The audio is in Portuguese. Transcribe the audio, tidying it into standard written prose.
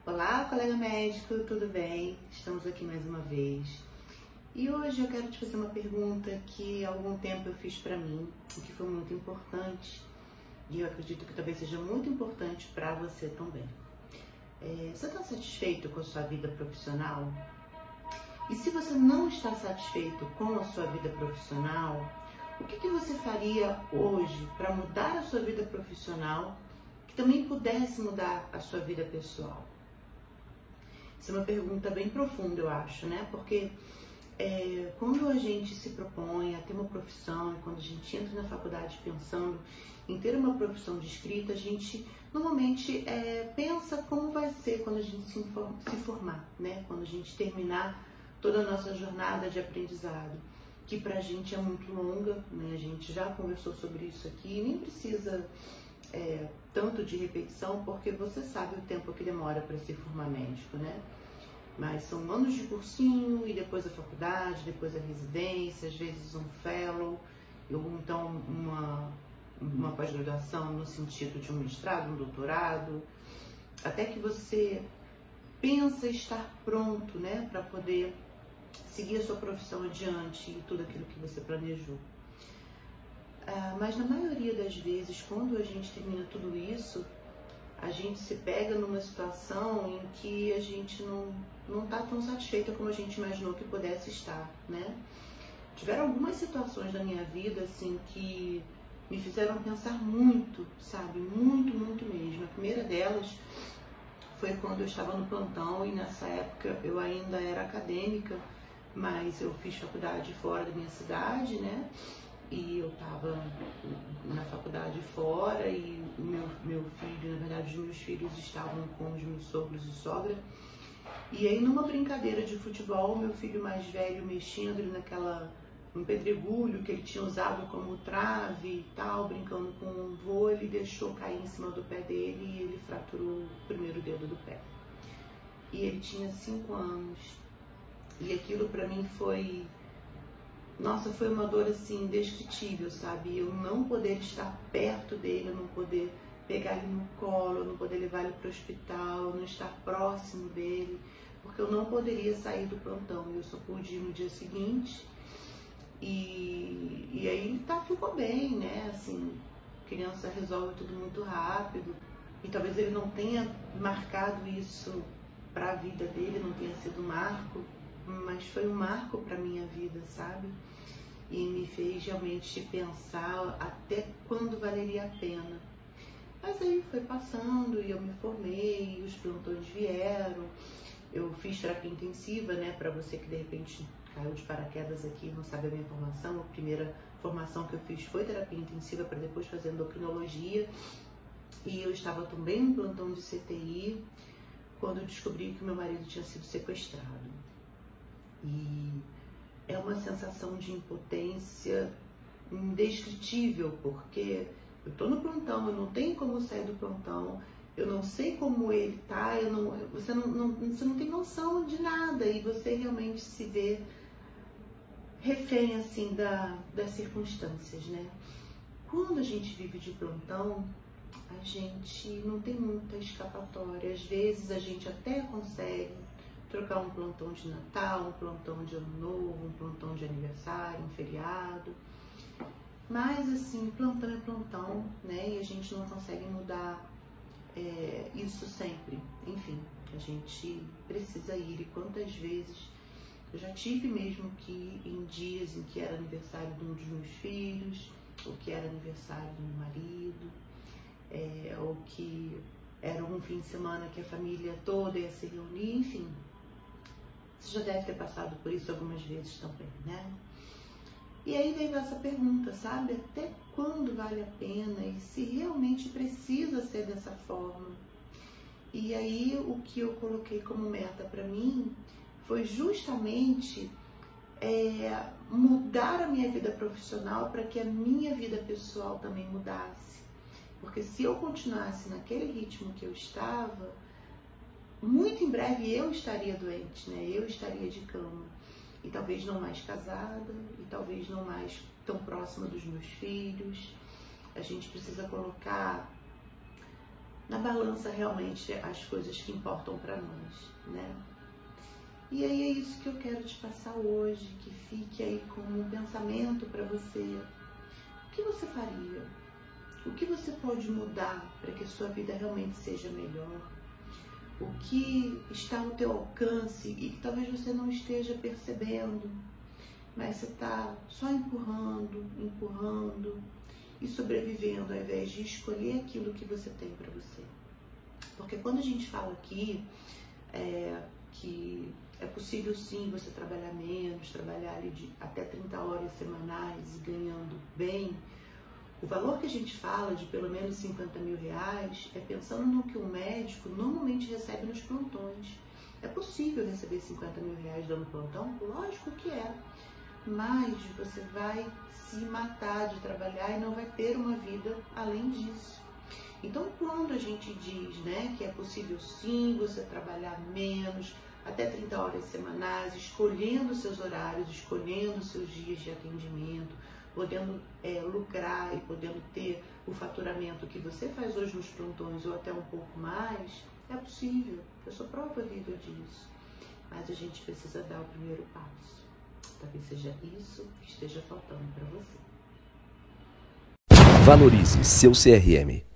Olá, colega médico, tudo bem? Estamos aqui mais uma vez. E hoje eu quero te fazer uma pergunta que há algum tempo eu fiz para mim, e que foi muito importante, e eu acredito que talvez seja muito importante para você também. Você está satisfeito com a sua vida profissional? E se você não está satisfeito com a sua vida profissional, o que você faria hoje para mudar a sua vida profissional, que também pudesse mudar a sua vida pessoal? Essa é uma pergunta bem profunda, eu acho, né? Porque quando a gente se propõe a ter uma profissão, quando a gente entra na faculdade pensando em ter uma profissão de escrita, a gente normalmente pensa como vai ser quando a gente se formar, né? Quando a gente terminar toda a nossa jornada de aprendizado, que pra gente é muito longa, né? A gente já conversou sobre isso aqui, nem precisa tanto de repetição, porque você sabe o tempo que demora para se formar médico, né? Mas são anos de cursinho, e depois a faculdade, depois a residência, às vezes um fellow, ou então uma pós-graduação no sentido de um mestrado, um doutorado, até que você pensa estar pronto, né, para poder seguir a sua profissão adiante e tudo aquilo que você planejou. Mas na maioria das vezes, quando a gente termina tudo isso, a gente se pega numa situação em que a gente não está tão satisfeita como a gente imaginou que pudesse estar, né? Tiveram algumas situações da minha vida, assim, que me fizeram pensar muito, sabe? Muito, muito mesmo. A primeira delas foi quando eu estava no plantão, e nessa época eu ainda era acadêmica, mas eu fiz faculdade fora da minha cidade, né? E eu estava na faculdade fora, e o meu filho, na verdade os meus filhos estavam com os meus sogros e sogra. E aí, numa brincadeira de futebol, meu filho mais velho mexendo ali um pedregulho que ele tinha usado como trave e tal, brincando com um vôlei, deixou cair em cima do pé dele e ele fraturou o primeiro dedo do pé. E ele tinha 5 anos. E aquilo pra mim foi... Nossa, foi uma dor assim indescritível, sabe? Eu não poder estar perto dele, eu não poder pegar ele no colo, eu não poder levar ele para o hospital, eu não estar próximo dele, porque eu não poderia sair do plantão. Eu só pude ir no dia seguinte, e aí ele ficou bem, né? Assim, criança resolve tudo muito rápido, e talvez ele não tenha marcado isso para a vida dele, não tenha sido um marco, mas foi um marco para minha vida, sabe? E me fez realmente pensar até quando valeria a pena. Mas aí foi passando, e eu me formei, os plantões vieram, eu fiz terapia intensiva, né? Para você que de repente caiu de paraquedas aqui e não sabe a minha formação, a primeira formação que eu fiz foi terapia intensiva, para depois fazer endocrinologia, e eu estava também no plantão de CTI quando eu descobri que meu marido tinha sido sequestrado. E é uma sensação de impotência indescritível, porque eu tô no plantão, eu não tenho como sair do plantão, eu não sei como ele tá, você não tem noção de nada, e você realmente se vê refém, assim, das circunstâncias, né? Quando a gente vive de plantão, a gente não tem muita escapatória. Às vezes a gente até consegue trocar um plantão de Natal, um plantão de Ano Novo, um plantão de aniversário, um feriado. Mas, assim, plantão é plantão, né? E a gente não consegue mudar isso sempre. Enfim, a gente precisa ir. E quantas vezes eu já tive mesmo que ir em dias em que era aniversário de um dos meus filhos, ou que era aniversário do meu marido, ou que era um fim de semana que a família toda ia se reunir, enfim. Você já deve ter passado por isso algumas vezes também, né? E aí veio essa pergunta, sabe? Até quando vale a pena, e se realmente precisa ser dessa forma? E aí o que eu coloquei como meta para mim foi justamente mudar a minha vida profissional para que a minha vida pessoal também mudasse. Porque se eu continuasse naquele ritmo que eu estava, muito em breve eu estaria doente, né? Eu estaria de cama. E talvez não mais casada, e talvez não mais tão próxima dos meus filhos. A gente precisa colocar na balança realmente as coisas que importam para nós, né? E aí é isso que eu quero te passar hoje, que fique aí como um pensamento para você. O que você faria? O que você pode mudar para que a sua vida realmente seja melhor? O que está ao teu alcance e que talvez você não esteja percebendo, mas você está só empurrando e sobrevivendo ao invés de escolher aquilo que você tem para você. Porque quando a gente fala aqui que é possível sim você trabalhar menos, trabalhar ali de até 30 horas semanais e ganhando bem, o valor que a gente fala de pelo menos 50 mil reais é pensando no que um médico normalmente recebe nos plantões. É possível receber 50 mil reais dando plantão? Lógico que é. Mas você vai se matar de trabalhar e não vai ter uma vida além disso. Então, quando a gente diz, né, que é possível sim você trabalhar menos, até 30 horas semanais, escolhendo seus horários, escolhendo seus dias de atendimento, podendo lucrar e podendo ter o faturamento que você faz hoje nos plantões ou até um pouco mais, é possível. Eu sou prova viva disso. Mas a gente precisa dar o primeiro passo. Talvez seja isso que esteja faltando para você. Valorize seu CRM.